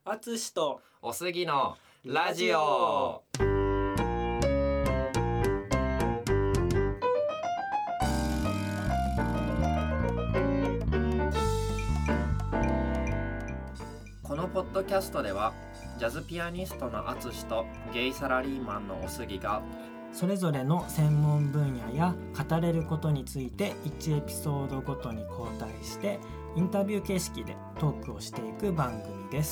あつしとおすぎのラジオ。このポッドキャストではジャズピアニストのあつしとゲイサラリーマンのおすぎがそれぞれの専門分野や語れることについて1エピソードごとに交代してインタビュー形式でトークをしていく番組です。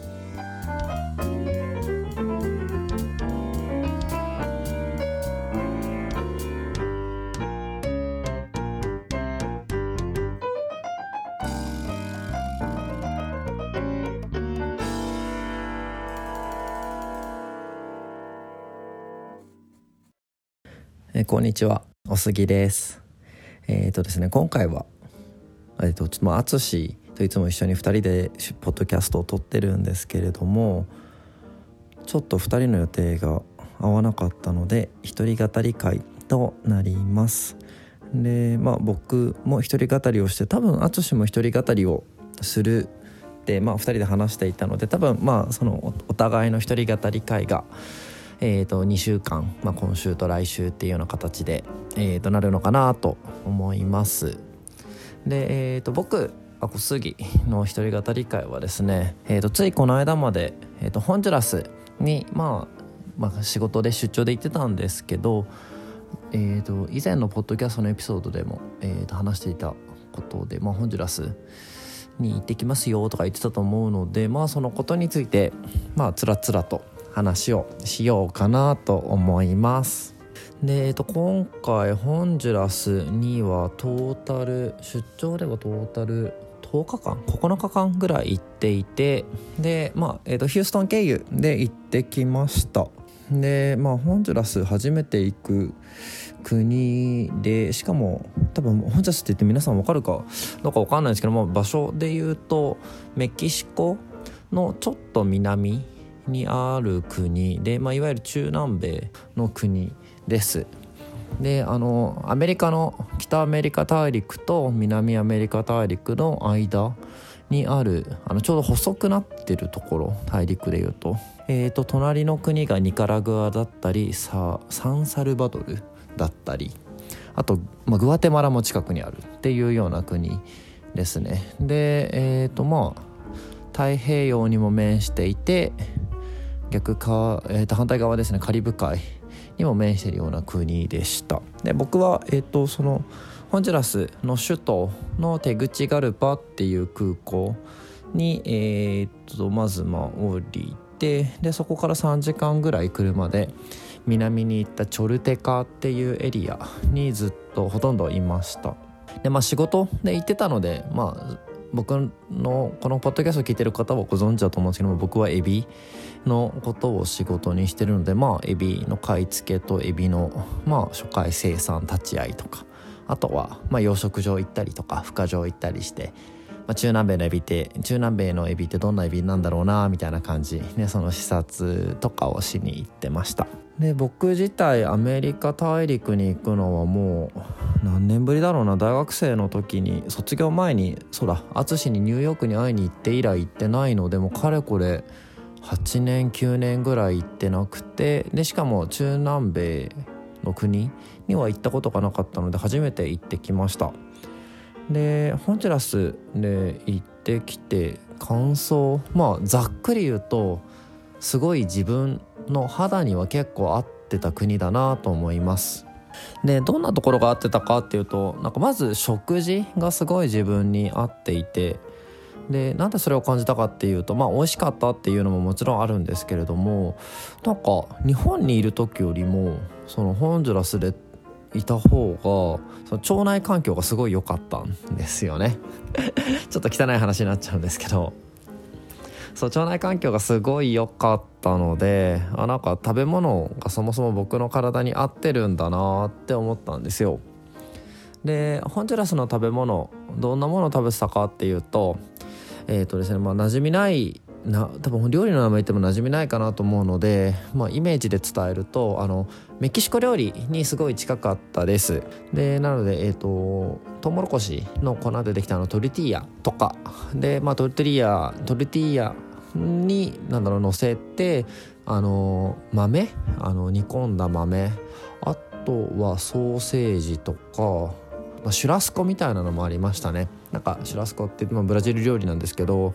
こんにちは、おすぎです。ですね、今回はちょっとあつしといつも一緒に2人でポッドキャストを撮ってるんですけれども、ちょっと2人の予定が合わなかったので一人語り会となります。で、僕も一人語りをして、多分あつしも一人語りをするって2人で話していたので、多分そのお互いの一人語り会が2週間、今週と来週っていうような形で、なるのかなと思います。で、僕小杉の一人語り会はですね、ついこの間まで、ホンジュラスに仕事で出張で行ってたんですけど、以前のポッドキャストのエピソードでも、話していたことで、ホンジュラスに行ってきますよとか言ってたと思うので、そのことについてつらつらと話をしようかなと思います。で、今回ホンジュラスには出張ではトータル10日間9日間ぐらい行っていて、で、ヒューストン経由で行ってきました。で、ホンジュラス初めて行く国で、しかも多分ホンジュラスって言って皆さん分かるかどうか分かんないんですけど、場所で言うとメキシコのちょっと南にある国で、いわゆる中南米の国です。で、アメリカの北アメリカ大陸と南アメリカ大陸の間にあるちょうど細くなってるところ、大陸でいうと、隣の国がニカラグアだったりサンサルバドルだったり、あと、グアテマラも近くにあるっていうような国ですね。で、太平洋にも面していて、反対側ですね、カリブ海にも面しているような国でした。で、僕は、そのホンジュラスの首都のテグチガルパっていう空港に、まず降りて、でそこから3時間ぐらい車で南に行ったチョルテカっていうエリアにずっとほとんどいました。で、仕事で行ってたので、僕のこのポッドキャストを聞いてる方はご存知だと思うんですけども、僕はエビのことを仕事にしてるので、エビの買い付けとエビの、初回生産立ち会いとか、あとは、養殖場行ったりとか孵化場行ったりして、中南米のエビってどんなエビなんだろうなみたいな感じで、その視察とかをしに行ってました。で、僕自体アメリカ大陸に行くのはもう何年ぶりだろうな。大学生の時に卒業前に淳にニューヨークに会いに行って以来行ってないので、もうかれこれ8年9年ぐらい行ってなくて、でしかも中南米の国には行ったことがなかったので初めて行ってきました。で、ホンジュラスで行ってきて感想、ざっくり言うとすごい自分の肌には結構合ってた国だなと思います。で、どんなところが合ってたかっていうと、まず食事がすごい自分に合っていて、で、なんでそれを感じたかっていうと、美味しかったっていうのももちろんあるんですけれども、日本にいる時よりもそのホンジュラスでいた方がその腸内環境がすごい良かったんですよねちょっと汚い話になっちゃうんですけど、腸内環境がすごい良かったので、食べ物がそもそも僕の体に合ってるんだなって思ったんですよ。で、ホンジュラスの食べ物、どんなものを食べてたかっていうと、ですね、馴染みない多分料理の名前言っても馴染みないかなと思うので、イメージで伝えるとメキシコ料理にすごい近かったです。で、なのでトウモロコシの粉でできたトルティーヤとかで、トルティーヤに乗せて豆煮込んだ豆、あとはソーセージとか、シュラスコみたいなのもありましたね。なんかシュラスコってブラジル料理なんですけど、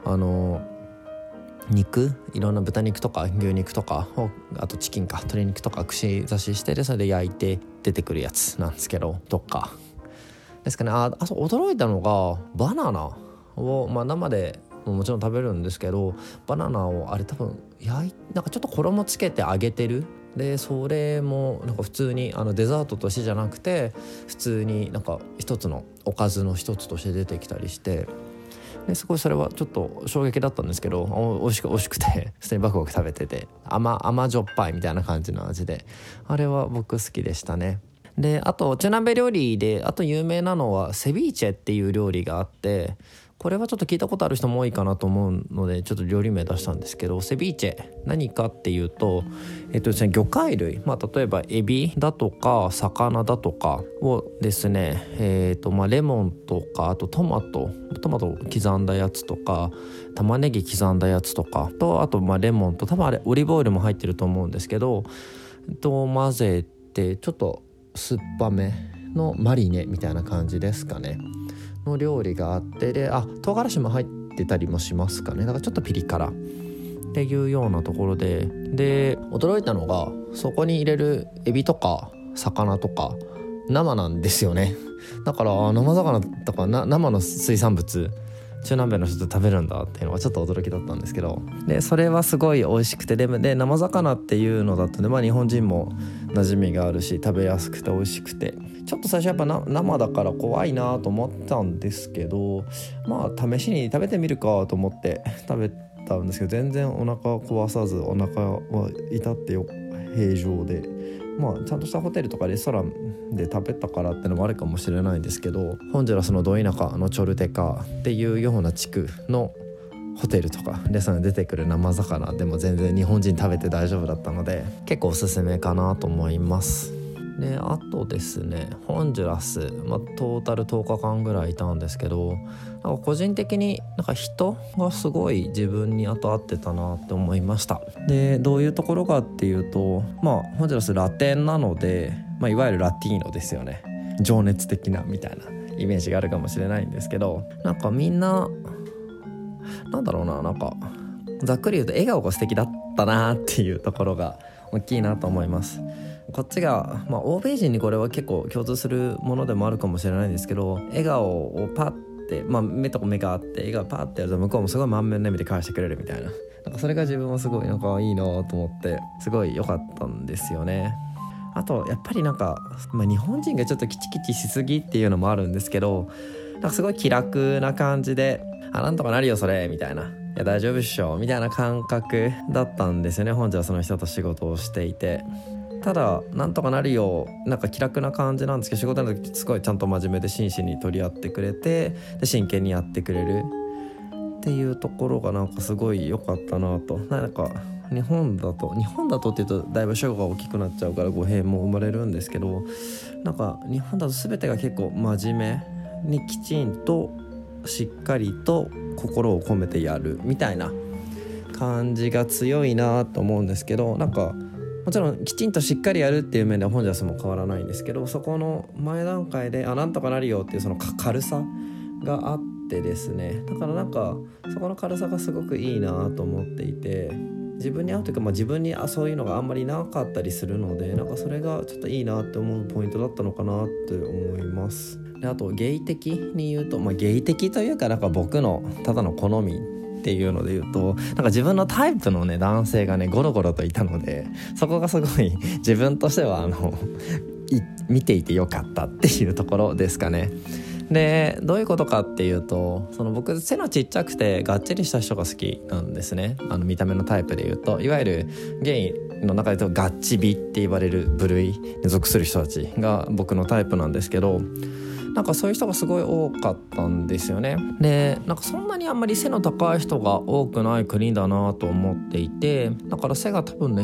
肉、いろんな豚肉とか牛肉とかを、あとチキンか鶏肉とか串刺ししてそれで焼いて出てくるやつなんですけど、とかですかね。そう驚いたのがバナナを、生でもちろん食べるんですけど、バナナをあれ多分なんかちょっと衣つけて揚げてる。でそれもなんか普通にデザートとしてじゃなくて、普通になんか一つのおかずの一つとして出てきたりして、ですごいそれはちょっと衝撃だったんですけど、美味しくて普通にバクバク食べてて、甘じょっぱいみたいな感じの味で、あれは僕好きでしたね。であと中南米料理であと有名なのはセビーチェっていう料理があって、これはちょっと聞いたことある人も多いかなと思うのでちょっと料理名出したんですけど、セビーチェ何かっていうと、ですね、魚介類、例えばエビだとか魚だとかをですね、レモンとか、あとトマト刻んだやつとか、玉ねぎ刻んだやつとかと、あとレモンと多分あれオリーブオイルも入ってると思うんですけど、混ぜてちょっと酸っぱめのマリネみたいな感じですかねの料理があって、で唐辛子も入ってたりもしますかね。だからちょっとピリ辛っていうようなところで驚いたのが、そこに入れるエビとか魚とか生なんですよね。だから生魚とか生の水産物中南米の人って食べるんだっていうのがちょっと驚きだったんですけど、でそれはすごい美味しくて、で生魚っていうのだとね、日本人も馴染みがあるし食べやすくて美味しくて、ちょっと最初やっぱ生だから怖いなと思ったんですけど、試しに食べてみるかと思って食べたんですけど、全然お腹壊さず、お腹は至って平常で、ちゃんとしたホテルとかレストランで食べたからってのもあるかもしれないんですけど、ホンジュラスのど田舎のチョルテカっていうような地区のホテルとかレストランに出てくる生魚でも全然日本人食べて大丈夫だったので、結構おすすめかなと思います。であとですね、ホンジュラス、トータル10日間ぐらいいたんですけど、なんか個人的になんか人がすごい自分に合ってたなって思いました。でどういうところかっていうと、ホンジュラスラテンなので、いわゆるラティーノですよね。情熱的なみたいなイメージがあるかもしれないんですけど、なんかみんななんかざっくり言うと笑顔が素敵だったなっていうところが大きいなと思います。こっちが、欧米人にこれは結構共通するものでもあるかもしれないんですけど、笑顔をパッて、目と目があって笑顔パッてやると向こうもすごい満面の笑みで返してくれるみたいな、なんかそれが自分もすごいなんかいいなと思ってすごい良かったんですよね。あとやっぱりなんか、日本人がちょっとキチキチしすぎっていうのもあるんですけど、なんかすごい気楽な感じで、なんとかなるよそれみたいな、いや大丈夫っしょみたいな感覚だったんですよね。本日はその人と仕事をしていて、ただなんとかなるよ、なんか気楽な感じなんですけど、仕事の時すごいちゃんと真面目で真摯に取り合ってくれて、で真剣にやってくれるっていうところがなんかすごい良かったなと。なんか日本だとっていうとだいぶ主語が大きくなっちゃうから語弊も生まれるんですけど、なんか日本だと全てが結構真面目にきちんとしっかりと心を込めてやるみたいな感じが強いなと思うんですけど、なんかもちろんきちんとしっかりやるっていう面では本ジャスも変わらないんですけど、そこの前段階でなんとかなるよっていうその軽さがあってですね、だからなんかそこの軽さがすごくいいなと思っていて、自分に合うというか、自分にそういうのがあんまりなかったりするので、なんかそれがちょっといいなって思うポイントだったのかなって思います。であと芸的に言うと、芸的というかなんか僕のただの好みっていうので言うと、なんか自分のタイプのね男性がねゴロゴロといたので、そこがすごい自分としては見ていてよかったっていうところですかね。でどういうことかっていうと、僕背のちっちゃくてがっちりした人が好きなんですね。見た目のタイプで言うと、いわゆるゲイの中で言うとガッチビって言われる部類に属する人たちが僕のタイプなんですけど、なんかそういう人がすごい多かったんですよね。でなんかそんなにあんまり背の高い人が多くない国だなと思っていて、だから背が多分ね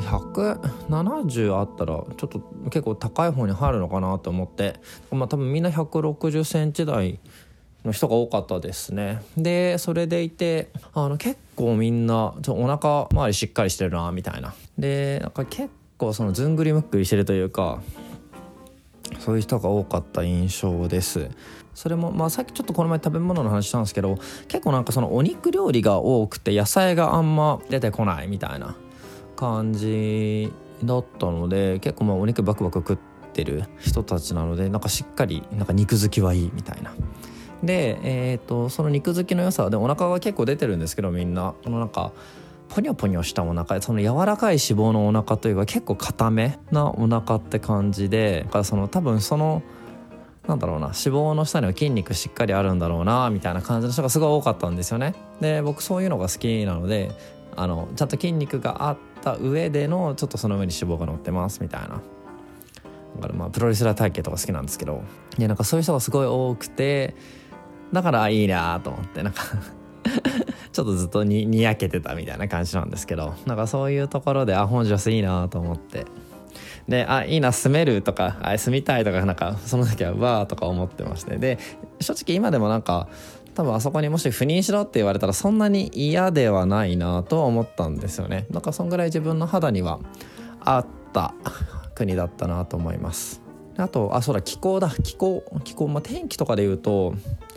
170あったらちょっと結構高い方に入るのかなと思って、多分みんな160センチ台の人が多かったですね。でそれでいて結構みんなお腹周りしっかりしてるなみたいな。でなんか結構そのずんぐりむっくりしてるというか、そういう人が多かった印象です。それもさっきちょっとこの前食べ物の話したんですけど、結構なんかそのお肉料理が多くて野菜があんま出てこないみたいな感じだったので、結構お肉バクバク食ってる人たちなので、なんかしっかりなんか肉好きはいいみたいな。でその肉好きの良さでお腹が結構出てるんですけど、みんなこのなんかポニョポニョしたお腹、その柔らかい脂肪のお腹というか結構固めなお腹って感じで、多分そのなんだろうな、脂肪の下には筋肉しっかりあるんだろうなみたいな感じの人がすごい多かったんですよね。で僕そういうのが好きなので、ちゃんと筋肉があった上でのちょっとその上に脂肪が乗ってますみたいな。だからプロレスラー体型とか好きなんですけど、でなんかそういう人がすごい多くて、だからいいなと思ってなんかちょっとずっとにやけてたみたいな感じなんですけど、なんかそういうところでホンジュラスいいなと思って、でいいな住めるとか住みたいとか、なんかその時はわーとか思ってまして、で正直今でもなんか多分あそこにもし赴任しろって言われたらそんなに嫌ではないなとは思ったんですよね。なんかそんぐらい自分の肌には合った国だったなと思います。あとそうだ、気候、天気とかで言うと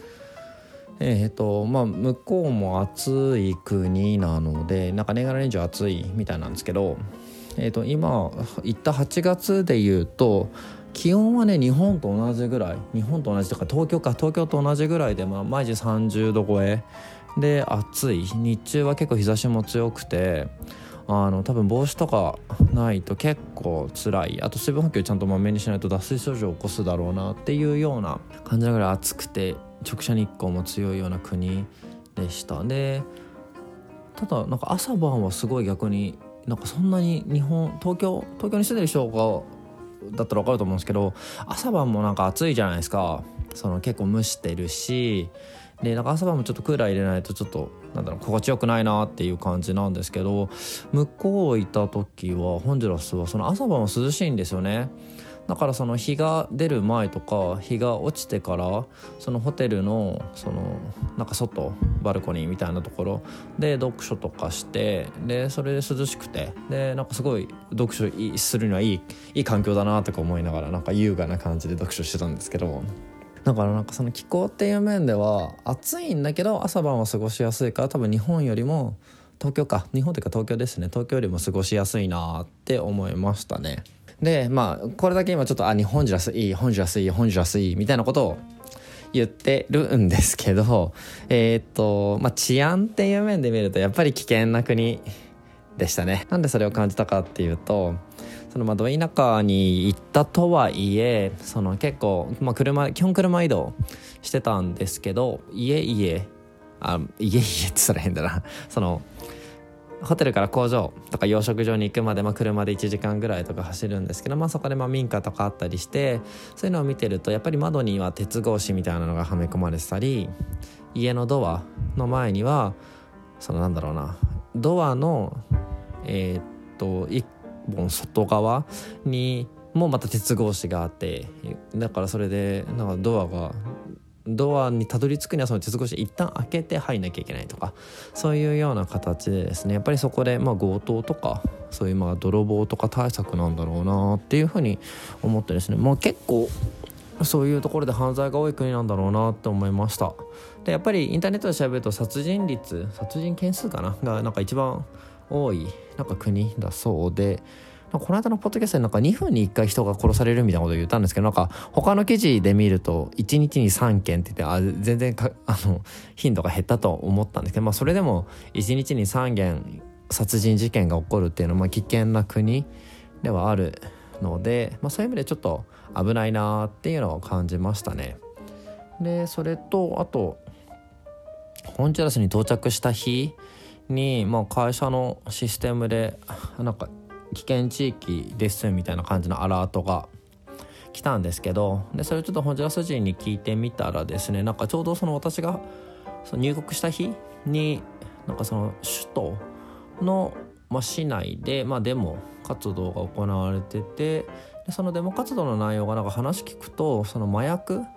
向こうも暑い国なので、なんか年がら年中暑いみたいなんですけど、今行った8月で言うと気温はね日本と同じぐらい、東京と同じぐらいで、毎日30度超えで暑い。日中は結構日差しも強くて、多分帽子とかないと結構辛い。あと水分補給ちゃんとまめにしないと脱水症状を起こすだろうなっていうような感じなぐらい暑くて直射日光も強いような国でした。でただなんか朝晩はすごい逆になんかそんなに東京に住んでる人がだったら分かると思うんですけど、朝晩もなんか暑いじゃないですか。結構蒸してるし、でなんか朝晩もちょっとクーラー入れないとちょっと心地よくないなっていう感じなんですけど、向こういた時はホンジュラスはその朝晩は涼しいんですよね。だからその日が出る前とか日が落ちてからそのホテルのなんか外バルコニーみたいなところで読書とかして、でそれで涼しくて、でなんかすごい読書するにはいい環境だなとか思いながらなんか優雅な感じで読書してたんですけど、だからなんかその気候っていう面では暑いんだけど朝晩は過ごしやすいから、多分日本よりも日本というか東京ですね、東京よりも過ごしやすいなって思いましたね。でこれだけ今ちょっとホンジュラスいいみたいなことを言ってるんですけど、治安っていう面で見るとやっぱり危険な国でしたね。なんでそれを感じたかっていうと、ど田舎に行ったとはいえ結構、基本車移動してたんですけど、家って言ったら変だなホテルから工場とか養殖場に行くまで、車で1時間ぐらいとか走るんですけど、そこで民家とかあったりして、そういうのを見てるとやっぱり窓には鉄格子みたいなのがはめ込まれてたり、家のドアの前にはドアの一本外側にもまた鉄格子があって、だからそれでドアにたどり着くにはその鉄格子一旦開けて入んなきゃいけないとか、そういうような形でですね、やっぱりそこで強盗とかそういう泥棒とか対策なんだろうなっていうふうに思ってですね、結構そういうところで犯罪が多い国なんだろうなって思いました。でやっぱりインターネットで調べると殺人件数が一番多い国だそうで、この間のポッドキャストで2分に1回人が殺されるみたいなことを言ったんですけど、他の記事で見ると1日に3件って言って全然頻度が減ったと思ったんですけど、それでも1日に3件殺人事件が起こるっていうのは危険な国ではあるので、そういう意味でちょっと危ないなっていうのを感じましたね。でそれとあとホンジュラスに到着した日に、会社のシステムで危険地域ですみたいな感じのアラートが来たんですけど、でそれをちょっとホンジュラス人に聞いてみたらですね、ちょうど私が入国した日に首都の、市内で、デモ活動が行われてて、でそのデモ活動の内容が話聞くと麻薬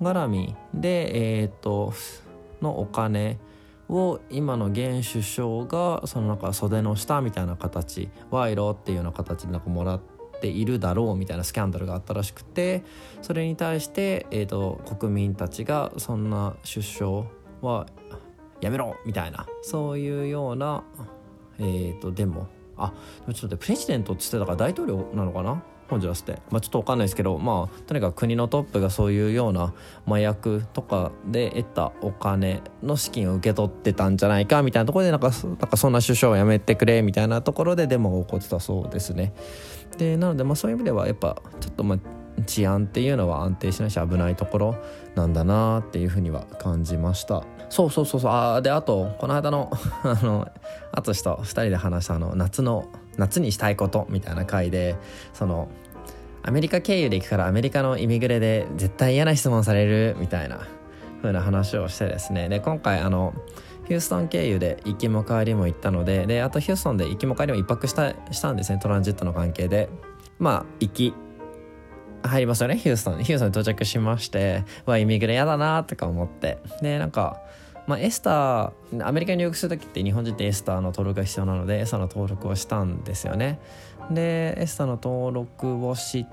絡みでのお金を今の現首相がそのなんか袖の下みたいな形、賄賂っていうような形でなんかもらっているだろうみたいなスキャンダルがあったらしくて、それに対して、国民たちがそんな首相はやめろみたいな、そういうようなデモ、でもちょっと待って、プレジデントって言ってたから大統領なのかな、ホンジュラスって、ちょっと分かんないですけど、とにかく国のトップがそういうような麻薬とかで得たお金の資金を受け取ってたんじゃないかみたいなところでなんかそんな首相をやめてくれみたいなところでデモが起こってたそうですね。でなのでそういう意味ではやっぱちょっと治安っていうのは安定しないし危ないところなんだなっていうふうには感じました。そうであとこの間の淳と2人で話した夏にしたいことみたいな回で、そのアメリカ経由で行くからアメリカのイミグレで絶対嫌な質問されるみたいな風な話をしてですね、で今回ヒューストン経由で行きも帰りも行ったので、あとヒューストンで行きも帰りも一泊したんですね、トランジットの関係で。入りますよね、ヒューストンに到着しまして、イミグレ嫌だなとか思って、でなんかエスター、アメリカに入国するときって日本人ってエスターの登録が必要なのでエスターの登録をしたんですよね。でエスターの登録をして、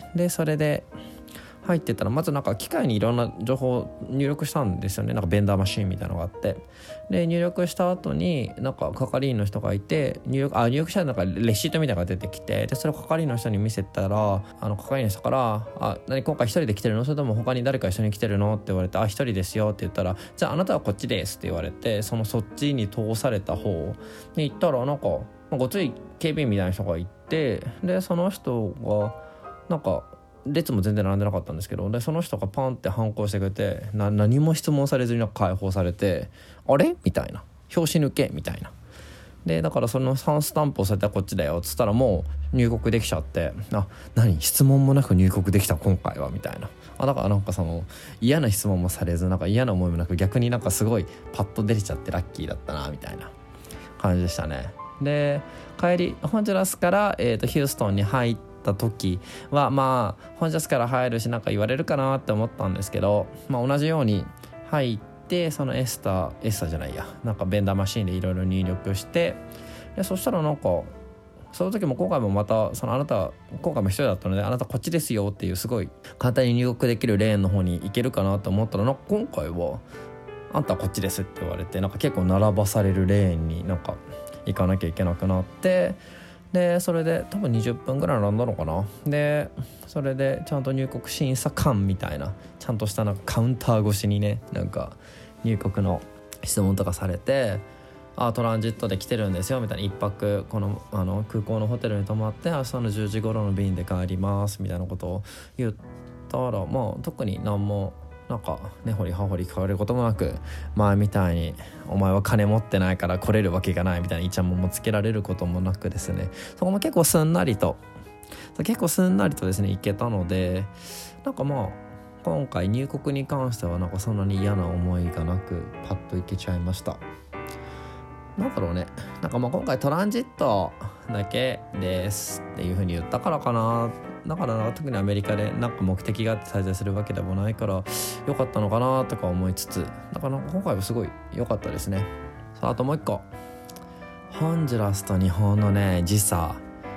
でそれで入ってったらまずなんか機械にいろんな情報を入力したんですよね。なんかベンダーマシーンみたいなのがあって、で入力した後になんか係員の人がいて、入力したらなんかレシートみたいなのが出てきて、でそれを係員の人に見せたら係員の人から何今回一人で来てるの、それとも他に誰か一緒に来てるのって言われて、一人ですよって言ったら、じゃああなたはこっちですって言われて、そっちに通された方に行ったらなんかごつい警備員みたいな人がいて、でその人がなんか列も全然並んでなかったんですけど、でその人がパンって反抗してくれて、何も質問されずに解放されて、あれみたいな、拍子抜けみたいな。でだからその3スタンプをされたらこっちだよっつったらもう入国できちゃって、何質問もなく入国できた今回はみたいな。だからなんかその嫌な質問もされず、なんか嫌な思いもなく、逆になんかすごいパッと出れちゃってラッキーだったなみたいな感じでしたね。で帰りホンジュラスから、ヒューストンに入った時はホンジュラスから入るしなんか言われるかなって思ったんですけど、同じように入ってそのエスターじゃないや、なんかベンダーマシーンでいろいろ入力して、でそしたらなんかその時も今回もまたあなた今回も一人だったので、あなたこっちですよっていうすごい簡単に入国できるレーンの方に行けるかなと思ったら、なんか今回はあんたはこっちですって言われて、なんか結構並ばされるレーンになんか行かなきゃいけなくなって、でそれで多分20分ぐらい並んだのかな。でそれでちゃんと入国審査官みたいなちゃんとしたなんかカウンター越しにね、なんか入国の質問とかされて、トランジットで来てるんですよみたいな、一泊この空港のホテルに泊まって明日の10時頃の便で帰りますみたいなことを言ったら、特に何もなんか根掘り葉掘り聞かれることもなく、前みたいにお前は金持ってないから来れるわけがないみたいなイチャモンもつけられることもなくですね、そこも結構すんなりとですね行けたので、なんか今回入国に関してはなんかそんなに嫌な思いがなくパッと行けちゃいました。なんだろうね、なんか今回トランジットだけですっていう風に言ったからかな。だから特にアメリカでなんか目的があって滞在するわけでもないから良かったのかなとか思いつつ、だから今回はすごい良かったですね。あともう一個、ホンジュラスと日本のね時差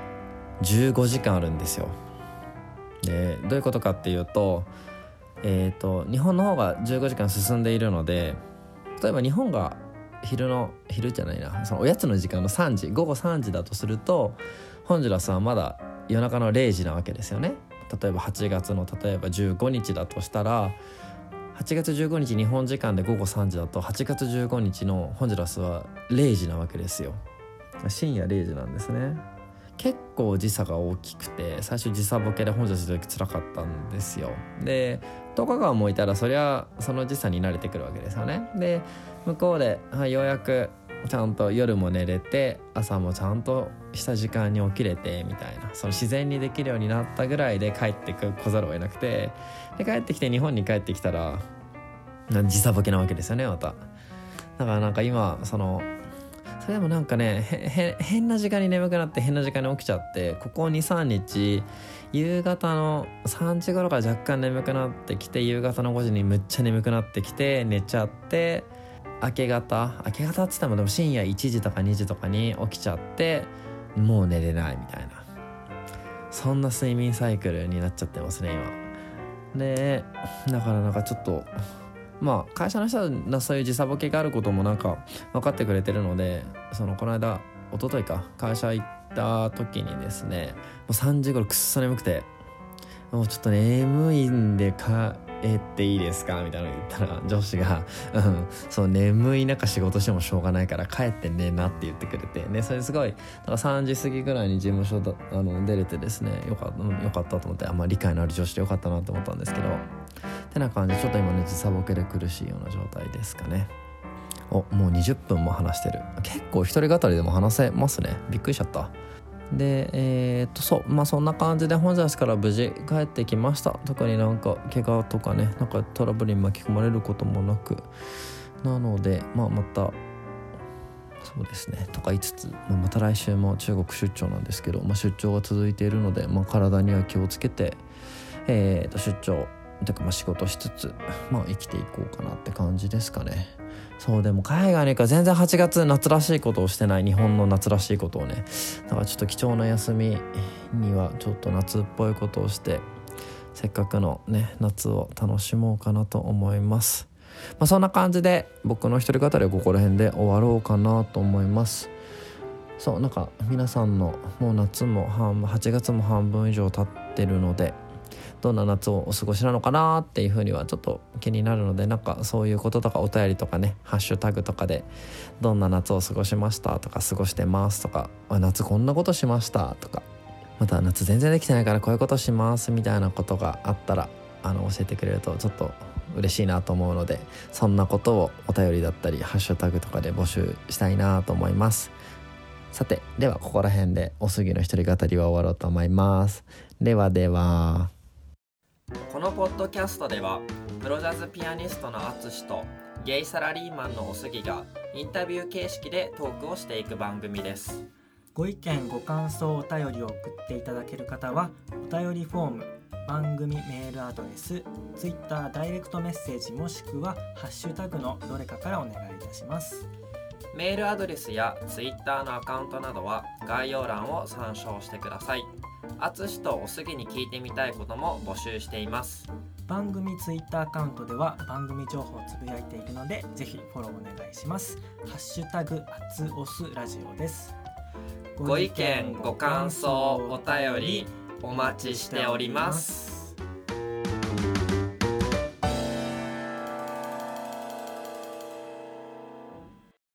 15時間あるんですよ。でどういうことかっていうと、日本の方が15時間進んでいるので、例えば日本が昼じゃないな、そのおやつの時間の午後3時だとすると、ホンジュラスはまだ夜中の0時なわけですよね。例えば8月の15日だとしたら、8月15日日本時間で午後3時だと8月15日のホンジュラスは0時なわけですよ。深夜0時なんですね。結構時差が大きくて、最初時差ボケでホンジュラスの時辛かったんですよ。で10日間もいたらそりゃその時差に慣れてくるわけですよね。で向こうで、ようやくちゃんと夜も寝れて朝もちゃんとした時間に起きれてみたいな、その自然にできるようになったぐらいで帰ってこざるを得なくて、で帰ってきて日本に帰ってきたら時差ボケなわけですよねまた。だからなんか今そのそれでもなんかね変な時間に眠くなって変な時間に起きちゃって、ここ 2,3 日夕方の3時頃から若干眠くなってきて、夕方の5時にむっちゃ眠くなってきて寝ちゃって、明け方って言ってもでも深夜1時とか2時とかに起きちゃって、もう寝れないみたいな、そんな睡眠サイクルになっちゃってますね今で。だからなんかちょっとまあ会社の人はそういう時差ボケがあることもなんか分かってくれてるので、この間一昨日か会社行った時にですね、もう3時頃くっそ眠くて、もうちょっと眠いんで帰っていいですかみたいなの言ったら、上司がそう眠い中仕事してもしょうがないから帰ってねえなって言ってくれてね、それすごいだから3時過ぎぐらいに事務所出れてですね、よかったと思って、理解のある上司でよかったなと思ったんですけど、てな感じでちょっと今ね時差ボケで苦しいような状態ですかね。もう20分も話してる。結構一人語りでも話せますね。びっくりしちゃった。でそんな感じでホンジュラスから無事帰ってきました。特になんか怪我とかね、なんかトラブルに巻き込まれることもなく、なのでまたそうですねとか言いつつ、また来週も中国出張なんですけど、出張が続いているので、体には気をつけて出張とか仕事しつつ生きていこうかなって感じですかね。そうでも海外に行くから全然8月夏らしいことをしてない。日本の夏らしいことをね、だからちょっと貴重な休みにはちょっと夏っぽいことをして、せっかくのね夏を楽しもうかなと思います。そんな感じで僕の一人語りはここら辺で終わろうかなと思います。そうなんか皆さんのもう夏も8月も半分以上経ってるので、どんな夏をお過ごしなのかなっていう風にはちょっと気になるので、なんかそういうこととかお便りとかね、ハッシュタグとかでどんな夏を過ごしましたとか、過ごしてますとか、夏こんなことしましたとか、また夏全然できてないからこういうことしますみたいなことがあったら教えてくれるとちょっと嬉しいなと思うので、そんなことをお便りだったりハッシュタグとかで募集したいなと思います。さてではここら辺でおすぎの一人語りは終わろうと思います。ではでは。このポッドキャストではプロジャズピアニストのアツシとゲイサラリーマンのおすぎがインタビュー形式でトークをしていく番組です。 ご意見ご感想お便りを送っていただける方はお便りフォーム、番組メールアドレス、ツイッターダイレクトメッセージもしくはハッシュタグのどれかからお願いいたします。 メールアドレスやツイッターのアカウントなどは概要欄を参照してください。あつしとおすぎに聞いてみたいことも募集しています。 番組ツイッターアカウントでは番組情報をつぶやいているので、ぜひフォローお願いします。ハッシュタグあつおすラジオです。 ご意見ご感想お便りお待ちしております。